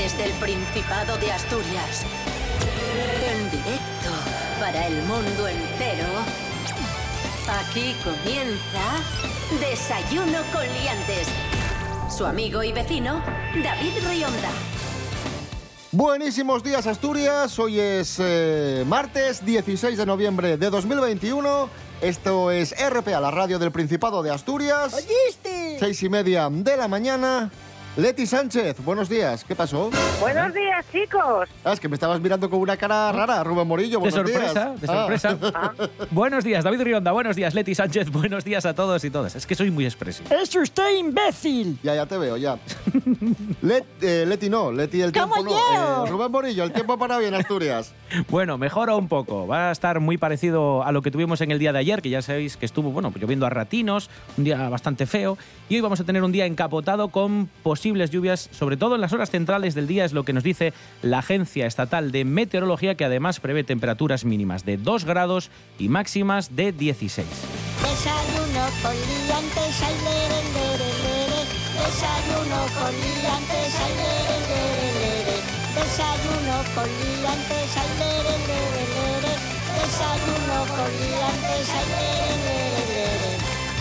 Desde el Principado de Asturias, en directo para el mundo entero, aquí comienza Desayuno con Liantes. Su amigo y vecino, David Rionda. Buenísimos días, Asturias. Hoy es martes 16 de noviembre de 2021. Esto es RPA, la radio del Principado de Asturias. ¿Oíste? 6:30 de la mañana. Leti Sánchez, buenos días. ¿Qué pasó? Buenos días, chicos. Es que me estabas mirando con una cara rara, Rubén Morillo. De Buenos sorpresa, días. de sorpresa. Buenos días, David Rionda. Buenos días, Leti Sánchez. Buenos días a todos y todas. Es que soy muy expresivo. ¡Es usted imbécil! Ya te veo, ya. Leti no, Leti el tiempo ¿Cómo no. yo? Rubén Morillo, el tiempo para bien, Asturias. Bueno, mejora un poco. Va a estar muy parecido a lo que tuvimos en el día de ayer, que ya sabéis que estuvo, lloviendo a ratinos, un día bastante feo. Y hoy vamos a tener un día encapotado con posibles lluvias, sobre todo en las horas centrales del día, es lo que nos dice la Agencia Estatal de Meteorología, que además prevé temperaturas mínimas de 2 grados y máximas de 16. Desayuno con liantes, ay, lere, lere, lere. Desayuno con liantes, ay, lere, lere, lere. Desayuno con liantes, ay, lere, lere, lere. Desayuno con liantes, ay, lere, lere, lere.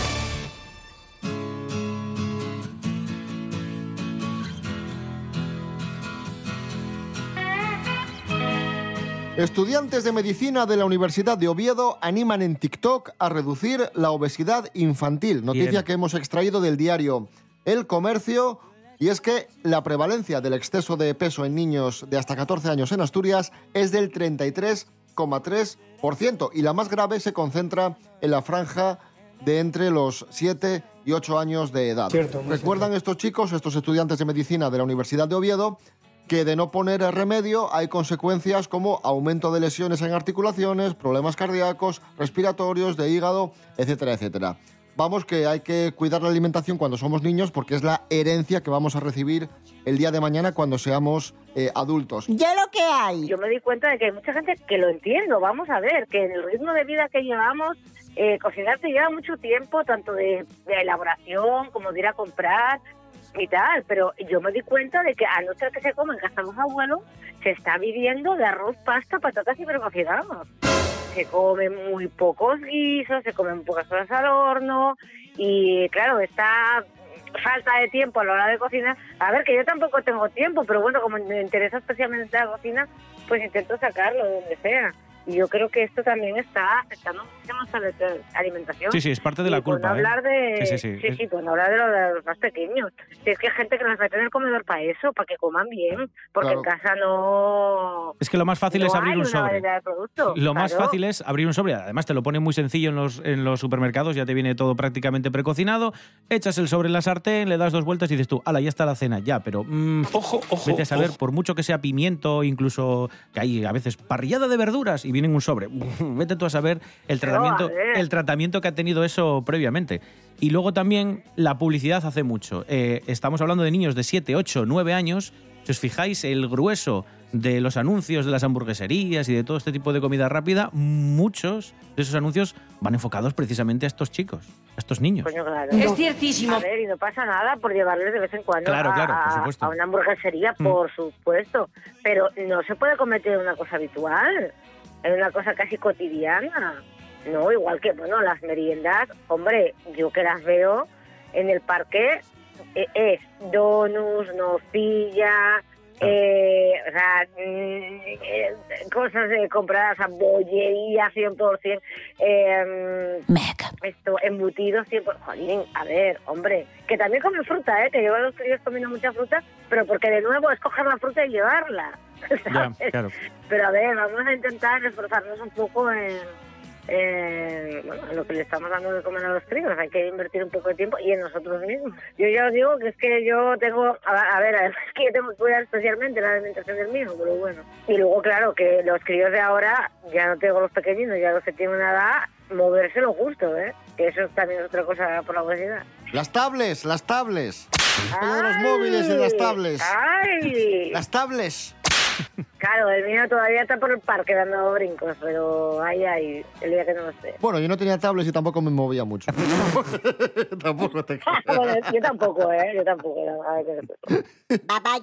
Estudiantes de medicina de la Universidad de Oviedo animan en TikTok a reducir la obesidad infantil. Noticia Bien. que hemos extraído del diario El Comercio. Y es que la prevalencia del exceso de peso en niños de hasta 14 años en Asturias es del 33,3%. Y la más grave se concentra en la franja de entre los 7 y 8 años de edad. Recuerdan estos chicos, estos estudiantes de medicina de la Universidad de Oviedo, que de no poner remedio hay consecuencias como aumento de lesiones en articulaciones, problemas cardíacos, respiratorios, de hígado, etcétera, etcétera. Vamos, que hay que cuidar la alimentación cuando somos niños porque es la herencia que vamos a recibir el día de mañana cuando seamos adultos. ¡Ya lo que hay! Yo me di cuenta de que hay mucha gente que lo entiendo. Vamos a ver, que en el ritmo de vida que llevamos, cocinar te lleva mucho tiempo, tanto de elaboración como de ir a comprar y tal, pero yo me di cuenta de que a no ser que se comen en casa de los abuelos, se está viviendo de arroz, pasta, patatas y precocinados. Se comen muy pocos guisos, se comen pocas cosas al horno y claro, esta falta de tiempo a la hora de cocinar, a ver, que yo tampoco tengo tiempo, pero bueno, como me interesa especialmente la cocina, pues intento sacarlo de donde sea. Y yo creo que esto también está afectando mucho nuestra alimentación. Sí, es parte de la culpa. Hablar de... Sí, pues hablar de los más pequeños. Si es que hay gente que nos mete en el comedor para eso, para que coman bien, porque Claro. en casa no... Es que lo más fácil es abrir un sobre. Lo más Claro. fácil es abrir un sobre. Además, te lo ponen muy sencillo en los supermercados, ya te viene todo prácticamente precocinado. Echas el sobre en la sartén, le das 2 vueltas y dices tú, ¡hala, ya está la cena! Ya, pero vete a saber, por mucho que sea pimiento, incluso que hay a veces parrillada de verduras y viene en un sobre. Vete tú a saber el tratamiento que ha tenido eso previamente. Y luego también la publicidad hace mucho. Estamos hablando de niños de 7, 8, 9 años. Si os fijáis, el grueso de los anuncios de las hamburgueserías y de todo este tipo de comida rápida, muchos de esos anuncios van enfocados precisamente a estos chicos, a estos niños. Coño, claro. Es ciertísimo. A ver, y no pasa nada por llevarles de vez en cuando Claro, por supuesto. a una hamburguesería, por supuesto. Pero no se puede convertir en una cosa habitual, en una cosa casi cotidiana. No, igual que, las meriendas, hombre, yo que las veo en el parque, es donuts, nocilla, cosas compradas a bollería 100%, esto, embutidos 100%. Jolín, a ver, hombre, que también comen fruta, que llevo a los críos comiendo mucha fruta, pero porque de nuevo es coger la fruta y llevarla. Ya, claro. Pero a ver, vamos a intentar esforzarnos un poco en lo que le estamos dando de comer a los críos. Hay que invertir un poco de tiempo y en nosotros mismos. Yo ya os digo que es que yo tengo, es que yo tengo que cuidar especialmente la alimentación del mío, pero bueno. Y luego, claro, que los críos de ahora, ya no tengo los pequeñinos, ya los que tienen una edad, moverse lo justo, que eso también es otra cosa por la obesidad. Las tablets. Después de los móviles y las tablets. ¡Ay! Las tablets. Claro, el mío todavía está por el parque dando brincos, pero el día que no lo esté. Bueno, yo no tenía tablets y tampoco me movía mucho. Tampoco te Bueno, yo tampoco. A ver, Babayo.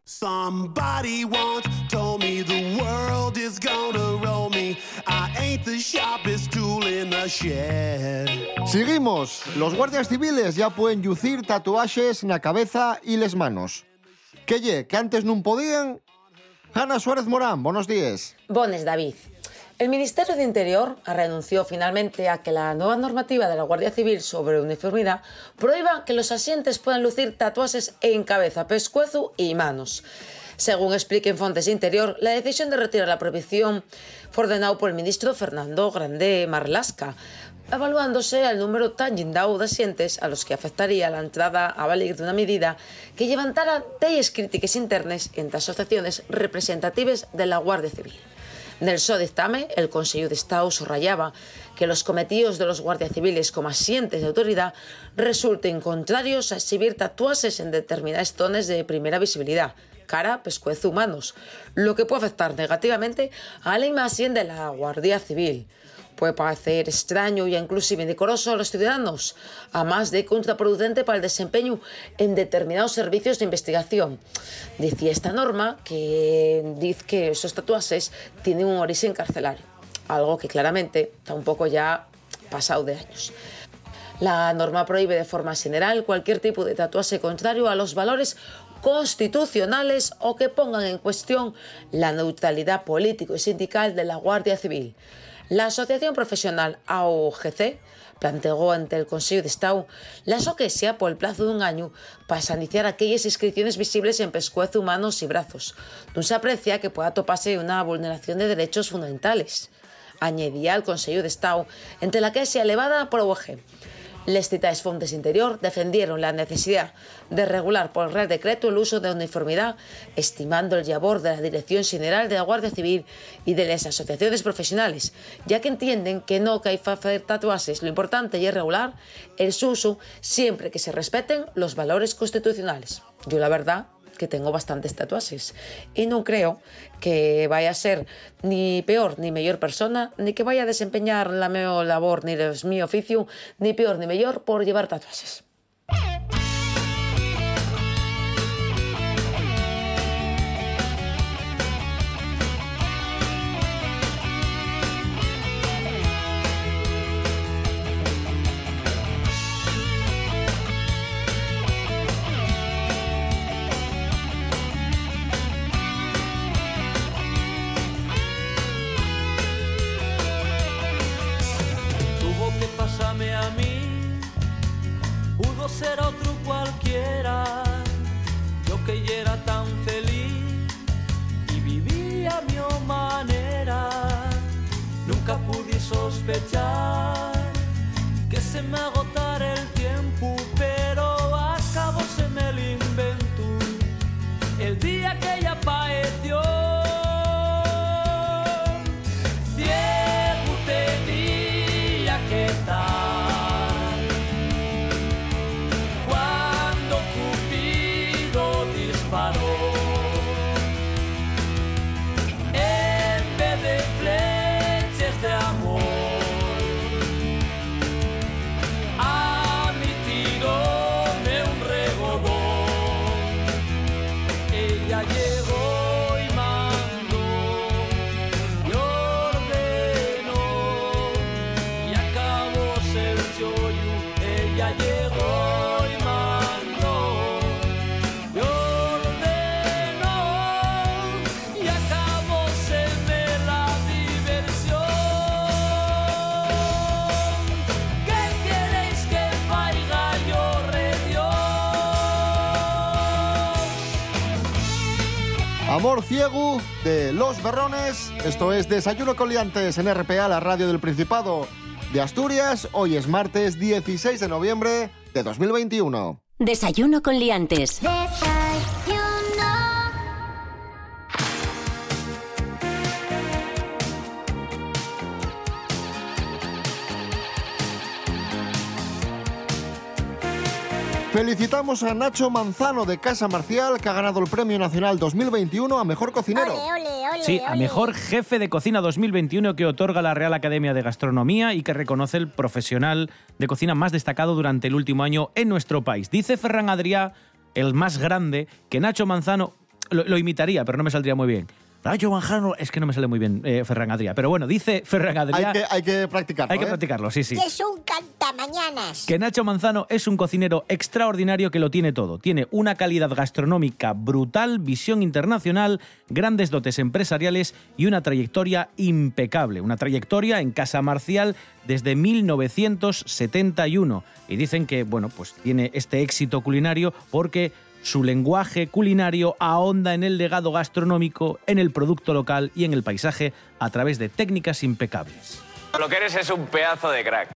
Somebody once told me the world is gonna roll me. I ain't the sharpest tool in the shed. Seguimos. Los guardias civiles ya pueden lucir tatuajes na cabeza y les manos. Que antes non podían? Ana Suárez Morán, buenos días. Bones, David. El Ministerio de Interior renunció finalmente a que la nueva normativa de la Guardia Civil sobre uniformidad prohíba que los asientes puedan lucir tatuajes en cabeza, pescuezo y manos. Según expliquen fuentes de Interior, la decisión de retirar la prohibición fue ordenada por el ministro Fernando Grande Marlaska, evaluándose el número tan limitado de asientes a los que afectaría la entrada a valer de una medida que levantara telles críticas internas entre asociaciones representativas de la Guardia Civil. Nel so dictame, el Consejo de Estado subrayaba que los cometidos de los guardias civiles como asientes de autoridad resulten contrarios a exhibir tatuajes en determinadas zonas de primera visibilidad, cara, pescuezo, manos, lo que puede afectar negativamente a la imagen de la Guardia Civil. Puede parecer extraño y inclusive indecoroso a los ciudadanos, además de contraproducente para el desempeño en determinados servicios de investigación. Decía esta norma que dice que esos tatuajes tienen un origen carcelario, algo que claramente está un poco ya pasado de años. La norma prohíbe de forma general cualquier tipo de tatuaje contrario a los valores constitucionales o que pongan en cuestión la neutralidad político y sindical de la Guardia Civil. La Asociación Profesional AOGC planteó ante el Consejo de Estado la soquesia por el plazo de un año para saniciar aquellas inscripciones visibles en pescuezo, manos y brazos. No se aprecia que pueda toparse una vulneración de derechos fundamentales. Añadía el Consejo de Estado, entre la queja elevada por OEG. Les citadas fuentes Interior defendieron la necesidad de regular por Real Decreto el uso de uniformidad, estimando el labor de la Dirección General de la Guardia Civil y de las asociaciones profesionales, ya que entienden que no hay que hacer tatuajes, lo importante es regular el su uso siempre que se respeten los valores constitucionales. Yo la verdad que tengo bastantes tatuajes y no creo que vaya a ser ni peor ni mejor persona, ni que vaya a desempeñar la mi labor ni mi oficio, ni peor ni mejor por llevar tatuajes. A mí pudo ser otro cualquiera, yo que ya era tan feliz y vivía a mi manera. Nunca pude sospechar que se me agotara el tiempo, pero acabó se me el invento el día que ella apareció. Ciego tenía que estar Amor ciego de Los Berrones. Esto es Desayuno con Liantes en RPA, la radio del Principado de Asturias. Hoy es martes 16 de noviembre de 2021. Desayuno con Liantes. Felicitamos a Nacho Manzano de Casa Marcial, que ha ganado el Premio Nacional 2021 a Mejor Cocinero. Sí, a Mejor Jefe de Cocina 2021 que otorga la Real Academia de Gastronomía y que reconoce el profesional de cocina más destacado durante el último año en nuestro país. Dice Ferran Adrià, el más grande, que Nacho Manzano lo imitaría, pero no me saldría muy bien. Rayo Manjano, es que no me sale muy bien Ferran Adrià. Pero bueno, dice Ferran Adrià... Hay que practicarlo. Hay que practicarlo, sí. Que es un cantamañanas. Que Nacho Manzano es un cocinero extraordinario que lo tiene todo. Tiene una calidad gastronómica brutal, visión internacional, grandes dotes empresariales y una trayectoria impecable. Una trayectoria en Casa Marcial desde 1971. Y dicen que, bueno, pues tiene este éxito culinario porque su lenguaje culinario ahonda en el legado gastronómico, en el producto local y en el paisaje a través de técnicas impecables. Lo que eres es un pedazo de crack.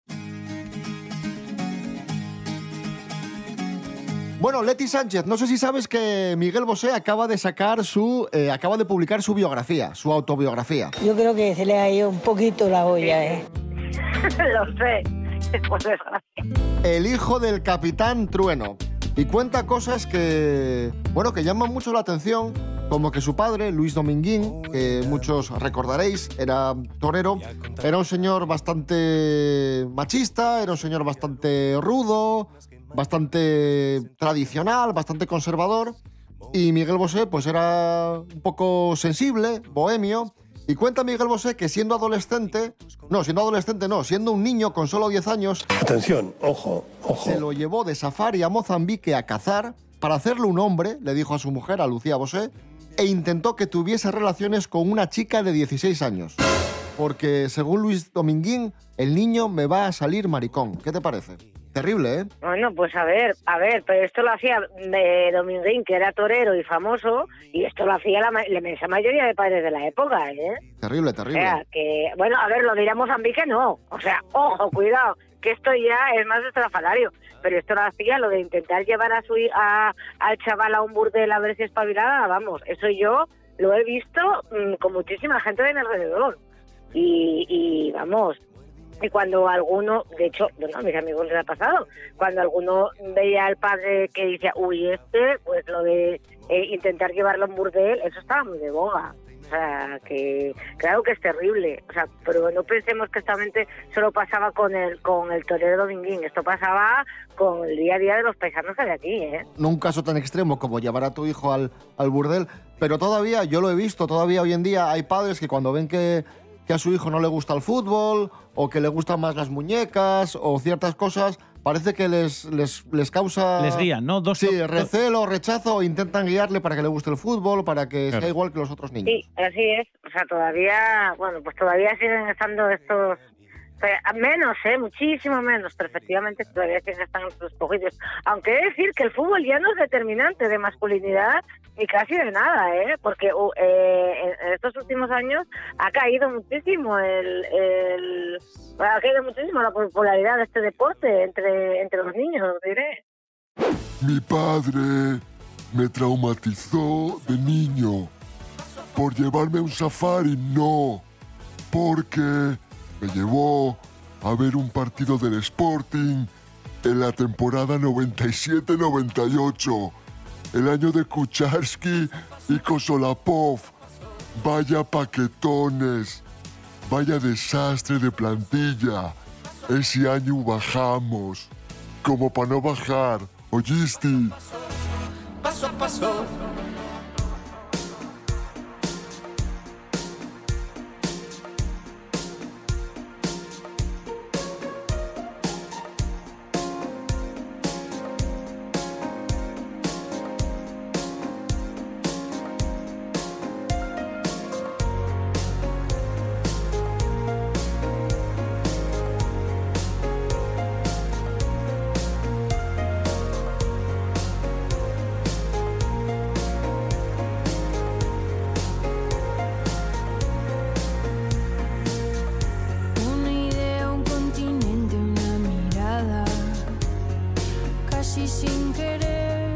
Bueno, Leti Sánchez, no sé si sabes que Miguel Bosé acaba de publicar su biografía, su autobiografía. Yo creo que se le ha ido un poquito la olla, ¿eh? Lo sé, por desgracia. El hijo del Capitán Trueno. Y cuenta cosas que llaman mucho la atención, como que su padre, Luis Dominguín, que muchos recordaréis, era torero, era un señor bastante machista, era un señor bastante rudo, bastante tradicional, bastante conservador, y Miguel Bosé pues era un poco sensible, bohemio. Y cuenta Miguel Bosé que siendo un niño con solo 10 años... Atención, ojo. Se lo llevó de safari a Mozambique a cazar para hacerle un hombre, le dijo a su mujer, a Lucía Bosé, e intentó que tuviese relaciones con una chica de 16 años. Porque, según Luis Dominguín, el niño me va a salir maricón. ¿Qué te parece? Terrible, ¿eh? Bueno, pues a ver, pero esto lo hacía Dominguín, que era torero y famoso, y esto lo hacía la inmensa mayoría de padres de la época, ¿eh? Terrible. O sea, que, bueno, a ver, lo de ir a Mozambique no. O sea, ojo, cuidado, que esto ya es más estrafalario. Pero esto lo hacía, lo de intentar llevar al chaval a un burdel a ver si espabilaba, vamos, eso yo lo he visto con muchísima gente de mi alrededor. Y vamos... Y cuando alguno, de hecho, bueno, a mis amigos les ha pasado, cuando alguno veía al padre que decía, pues lo de intentar llevarlo a un burdel, eso estaba muy de boga. O sea, que claro que es terrible. O sea, pero no pensemos que esta mente solo pasaba con el torero Dominguín, esto pasaba con el día a día de los paisanos de aquí, ¿eh? No un caso tan extremo como llevar a tu hijo al burdel, pero todavía, yo lo he visto, todavía hoy en día hay padres que cuando ven que a su hijo no le gusta el fútbol o que le gustan más las muñecas o ciertas cosas, parece que les causa... Les guían, ¿no? Recelo, rechazo, o intentan guiarle para que le guste el fútbol, para que sea igual que los otros niños. Sí, así es. O sea, todavía siguen estando estos... menos, muchísimo menos, pero efectivamente todavía siguen estando estos poquitos. Aunque he de decir que el fútbol ya no es determinante de masculinidad ni casi de nada, porque en estos últimos años ha caído muchísimo la popularidad de este deporte entre los niños, os diré. Mi padre me traumatizó de niño por llevarme a un safari, no, porque me llevó a ver un partido del Sporting en la temporada 97-98, el año de Kucharski y Kosolapov. Vaya paquetones, vaya desastre de plantilla. Ese año bajamos, como para no bajar, ¿oíste? Paso a paso. Casi sin querer,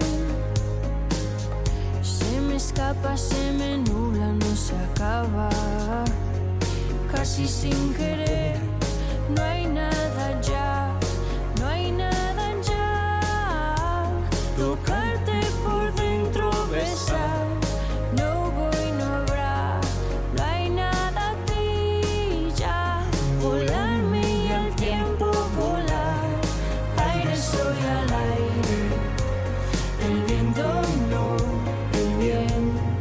se me escapa, se me nubla, no se acaba. Casi sin querer, no hay nada ya, no hay nada ya. Tocarte por dentro, besar, no voy, no habrá, no hay nada aquí ya. Volarme y al tiempo volar, aire soy al aire. El viento no, el viento.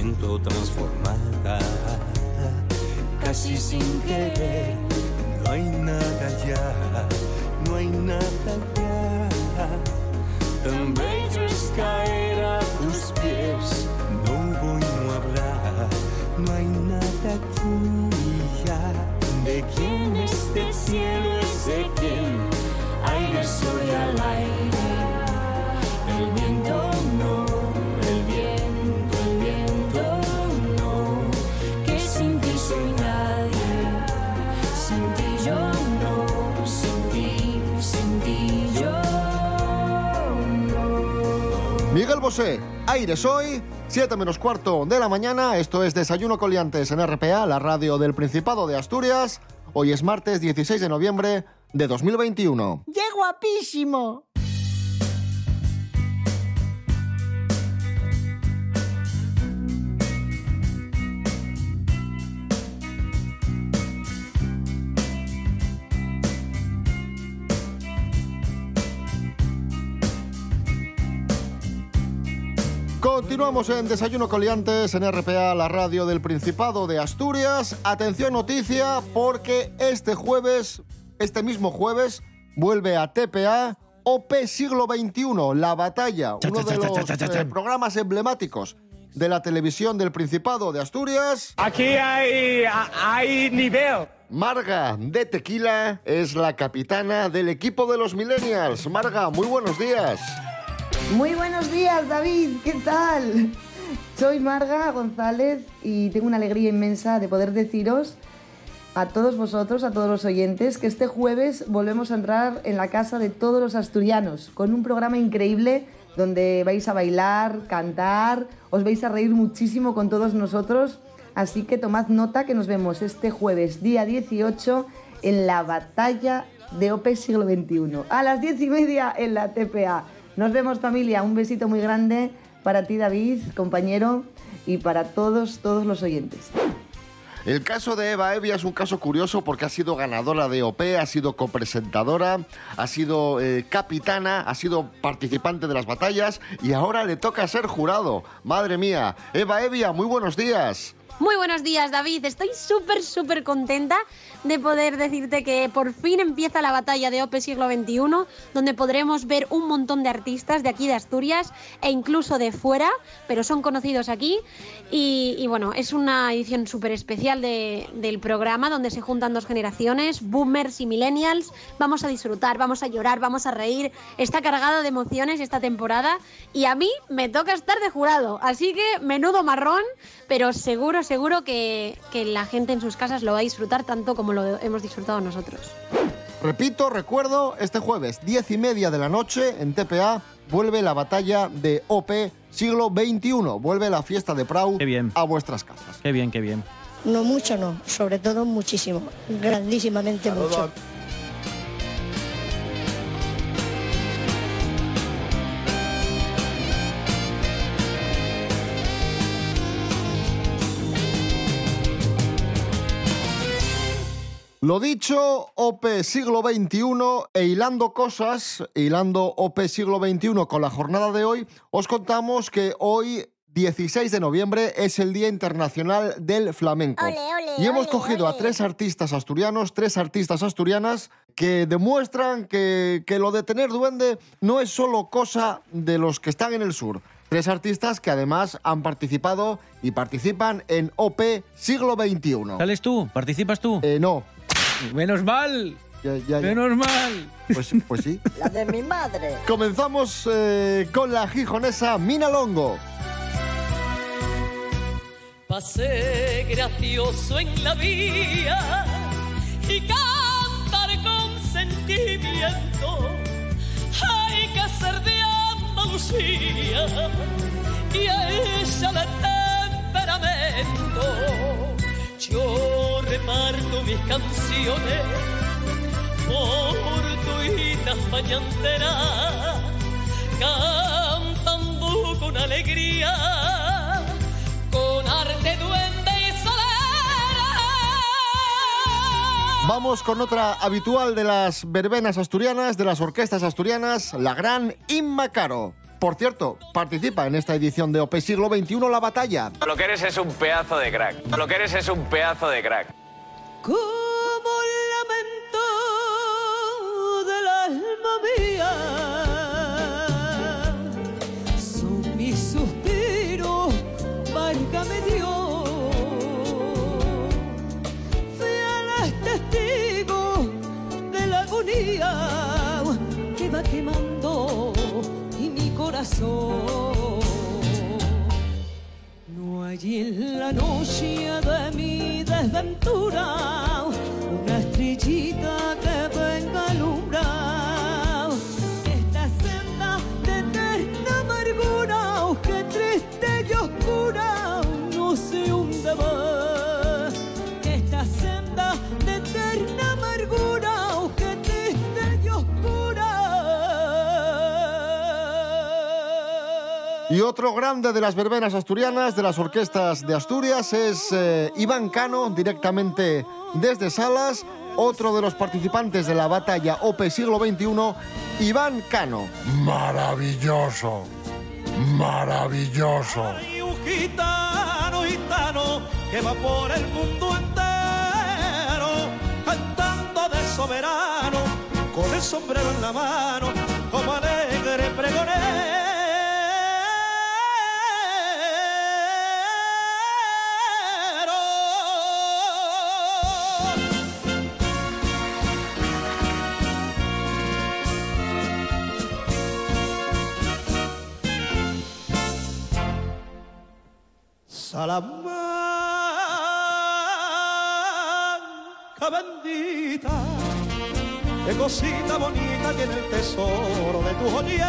pronto transformada, casi sin querer. No hay nada ya, no hay nada ya. Tan bello es caer a tus pies. No voy a hablar, no hay nada aquí ya. ¿De quién este cielo es de quién? Aire, sol y al aire. El viento no, el viento no. Que sin ti soy nadie, sin ti yo no, sin ti yo no. Miguel Bosé, Aire Soy, 7 menos cuarto de la mañana. Esto es Desayuno con Liantes en RPA, la radio del Principado de Asturias. Hoy es martes 16 de noviembre de 2021. ¡Qué guapísimo! Continuamos en Desayuno con Liantes en RPA, la radio del Principado de Asturias. Atención, noticia, porque este mismo jueves, vuelve a TPA OP Siglo XXI, La Batalla, uno de los programas emblemáticos de la televisión del Principado de Asturias. Aquí hay nivel. Marga de Tequila es la capitana del equipo de los Millennials. Marga, muy buenos días. Muy buenos días, David, ¿qué tal? Soy Marga González y tengo una alegría inmensa de poder deciros a todos vosotros, a todos los oyentes, que este jueves volvemos a entrar en la casa de todos los asturianos con un programa increíble donde vais a bailar, cantar, os vais a reír muchísimo con todos nosotros, así que tomad nota que nos vemos este jueves, día 18, en La Batalla de OP Siglo XXI, a las 10:30 en la TPA. Nos vemos, familia. Un besito muy grande para ti, David, compañero, y para todos los oyentes. El caso de Eva Evia es un caso curioso porque ha sido ganadora de OP, ha sido copresentadora, ha sido capitana, ha sido participante de las batallas y ahora le toca ser jurado. Madre mía. Eva Evia, muy buenos días. Muy buenos días, David. Estoy súper contenta de poder decirte que por fin empieza la batalla de OP Siglo XXI, donde podremos ver un montón de artistas de aquí de Asturias e incluso de fuera, pero son conocidos aquí. Y bueno, es una edición súper especial del programa donde se juntan dos generaciones, boomers y millennials. Vamos a disfrutar, vamos a llorar, vamos a reír. Está cargada de emociones esta temporada y a mí me toca estar de jurado. Así que menudo marrón, pero seguro que la gente en sus casas lo va a disfrutar tanto como lo hemos disfrutado nosotros. Repito, recuerdo, este jueves, 10:30 de la noche, en TPA, vuelve la batalla de OP Siglo XXI. Vuelve la fiesta de Prau a vuestras casas. Qué bien, qué bien. No mucho, no. Sobre todo muchísimo. Grandísimamente mucho. Lo dicho, OP Siglo XXI e hilando cosas, hilando OP Siglo XXI con la jornada de hoy, os contamos que hoy, 16 de noviembre, es el Día Internacional del Flamenco. Y hemos cogido a tres artistas asturianas, que demuestran que lo de tener duende no es solo cosa de los que están en el sur. Tres artistas que además han participado y participan en OP Siglo XXI. ¿Sales tú? ¿Participas tú? No. ¡Menos mal! Ya. ¡Menos mal! Pues sí. La de mi madre. Comenzamos con la gijonesa Mina Longo. Pasé gracioso en la vía y cantar con sentimiento. Hay que ser de Andalucía y a ella le temperamento. Yo reparto mis canciones por tuitas mañanteras, cantando con alegría, con arte, duende y solera. Vamos con otra habitual de las verbenas asturianas, de las orquestas asturianas, la gran Inma Caro. Por cierto, participa en esta edición de OP Siglo XXI La Batalla. Lo que eres es un pedazo de crack. Lo que eres es un pedazo de crack. Como el lamento del alma mía, son mis suspiros, válgame Dios, fieles testigos de la agonía que va quemando y mi corazón. No hay en la noche de mi desventura una estrellita que venga a alumbrar esta senda de eterna amargura, que triste y oscura no se hunde más. Esta senda de eterna amargura, que triste y oscura. Y otro grande de las verbenas asturianas, de las orquestas de Asturias, es Iván Cano, directamente desde Salas. Otro de los participantes de la batalla OP Siglo XXI, Iván Cano. Maravilloso, maravilloso. Hay un gitano, gitano, que va por el mundo entero, cantando de soberano, con el sombrero en la mano, como alegre pregonero. Salamanca bendita, qué cosita bonita tiene el tesoro de tu joyero.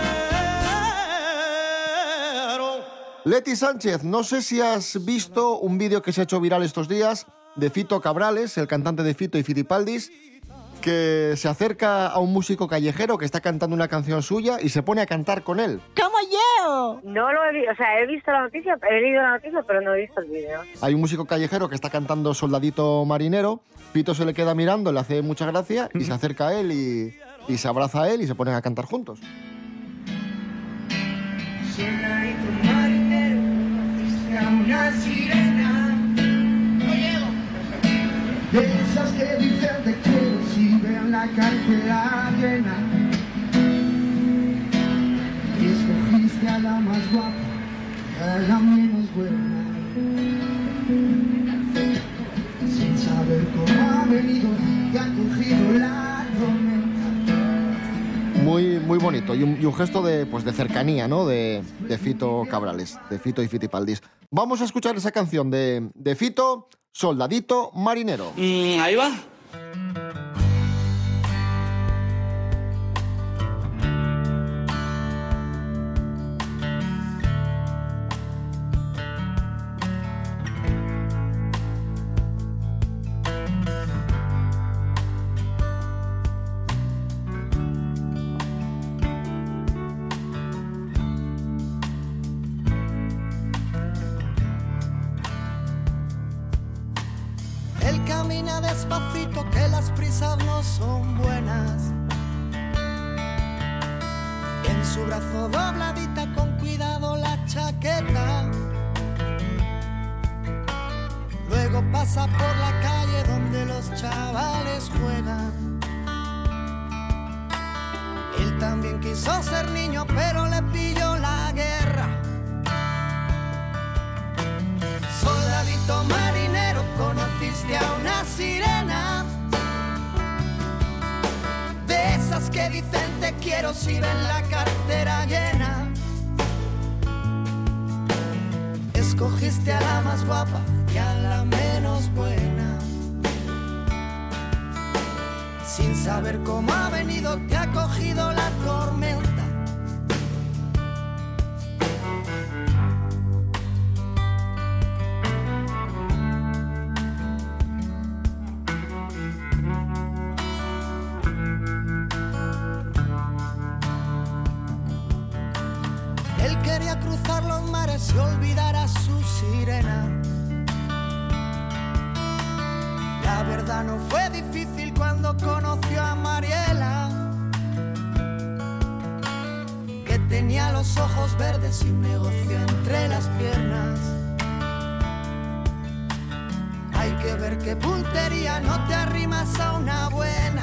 Leti Sánchez, no sé si has visto un vídeo que se ha hecho viral estos días de Fito Cabrales, el cantante de Fito y Fitipaldis, que se acerca a un músico callejero que está cantando una canción suya y se pone a cantar con él. ¡Como yo! No lo he visto, o sea, he visto la noticia, he leído la noticia, pero no he visto el vídeo. Hay un músico callejero que está cantando Soldadito Marinero, Fito se le queda mirando, le hace mucha gracia y se acerca a él y se abraza a él y se ponen a cantar juntos. Soldadito marinero, hiciste a una sirena. No llego. De esas que dicen te quiero si ven la cartera llena. Y escogiste a la más guapa, a la menos buena. Sin saber cómo ha venido y ha cogido la tormenta. Muy bonito y un gesto de cercanía, ¿no? De Fito Cabrales, de Fito y Fitipaldis. Vamos a escuchar esa canción de Fito, Soldadito Marinero. Ahí va. Él camina despacito, que las prisas no son buenas. En su brazo dobladita, con cuidado la chaqueta. Luego pasa por la calle donde los chavales juegan. Él también quiso ser niño, pero le pilló la guerra. Soldadito marinero, conociste a una sirena. De esas que dicen te quiero si ven la cartera llena. Escogiste a la más guapa y a la menos buena. Sin saber cómo ha venido te ha cogido la tormenta. Él quería cruzar los mares y olvidar a su sirena. La verdad no fue difícil cuando conoció a Mariela, que tenía los ojos verdes y un negocio entre las piernas. Hay que ver qué puntería, no te arrimas a una buena.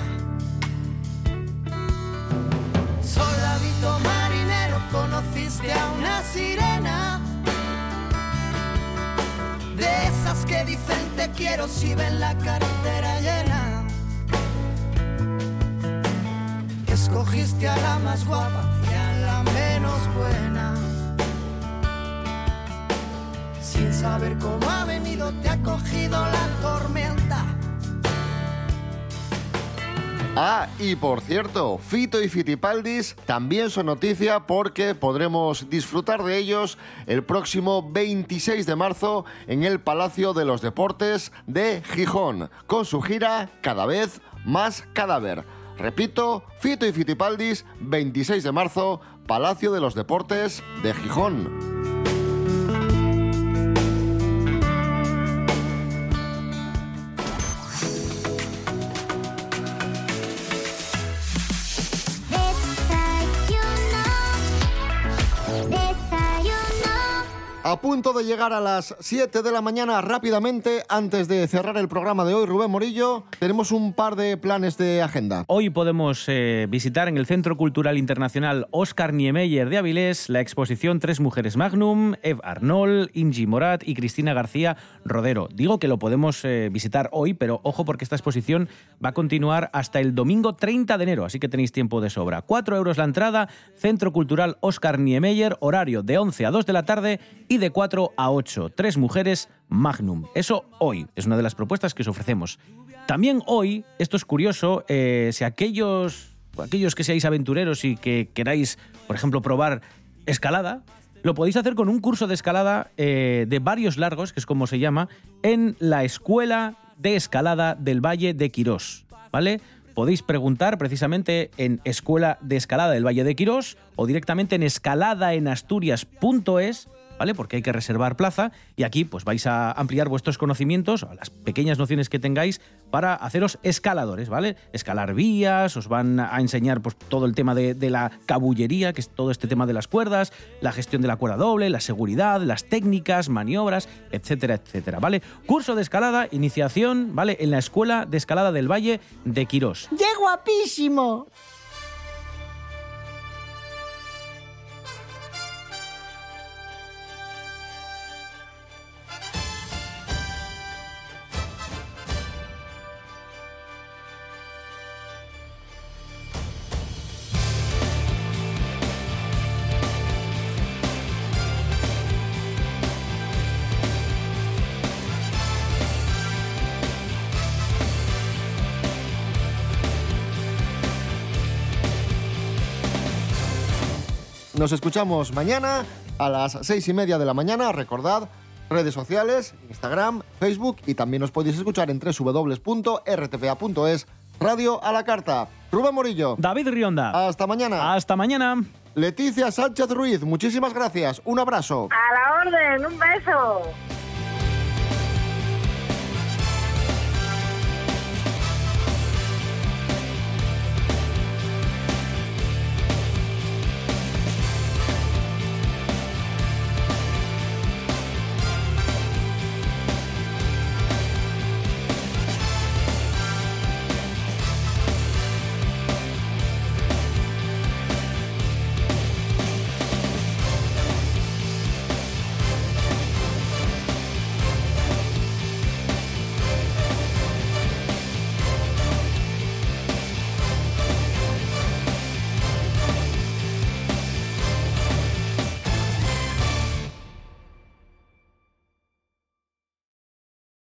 Soldadito marinero, conociste a una sirena, de esas que dicen te quiero si ven la cartera llena. Escogiste a la más guapa y a la menos buena. Sin saber cómo ha venido, te ha cogido la tormenta. Ah, y por cierto, Fito y Fitipaldis también son noticia porque podremos disfrutar de ellos el próximo 26 de marzo en el Palacio de los Deportes de Gijón, con su gira Cada vez más cadáver. Repito, Fito y Fitipaldis, 26 de marzo, Palacio de los Deportes de Gijón. A punto de llegar a las 7 de la mañana, rápidamente, antes de cerrar el programa de hoy, Rubén Morillo, tenemos un par de planes de agenda. Hoy podemos visitar en el Centro Cultural Internacional Oscar Niemeyer de Avilés la exposición Tres Mujeres Magnum, Eve Arnold, Ingi Morat y Cristina García Rodero. Digo que lo podemos visitar hoy, pero ojo porque esta exposición va a continuar hasta el domingo 30 de enero, así que tenéis tiempo de sobra. 4 euros la entrada, Centro Cultural Oscar Niemeyer, horario de 11 a 2 de la tarde y de 4 a 8. Tres Mujeres Magnum. Eso hoy es una de las propuestas que os ofrecemos. También hoy, esto es curioso, si aquellos que seáis aventureros y que queráis, por ejemplo, probar escalada, lo podéis hacer con un curso de escalada de varios largos, que es como se llama, en la Escuela de Escalada del Valle de Quirós, ¿vale? Podéis preguntar precisamente en Escuela de Escalada del Valle de Quirós o directamente en escaladaenasturias.es, ¿vale? Porque hay que reservar plaza y aquí pues vais a ampliar vuestros conocimientos, las pequeñas nociones que tengáis para haceros escaladores, ¿vale? Escalar vías, os van a enseñar pues todo el tema de la cabullería, que es todo este tema de las cuerdas, la gestión de la cuerda doble, la seguridad, las técnicas, maniobras, etcétera, etcétera, ¿vale? Curso de escalada, iniciación, ¿vale? En la Escuela de Escalada del Valle de Quirós. ¡Qué guapísimo! Nos escuchamos mañana a las 6:30 de la mañana. Recordad, redes sociales, Instagram, Facebook y también os podéis escuchar en www.rtpa.es. Radio a la carta. Rubén Morillo. David Rionda. Hasta mañana. Hasta mañana. Leticia Sánchez Ruiz, muchísimas gracias. Un abrazo. A la orden, un beso.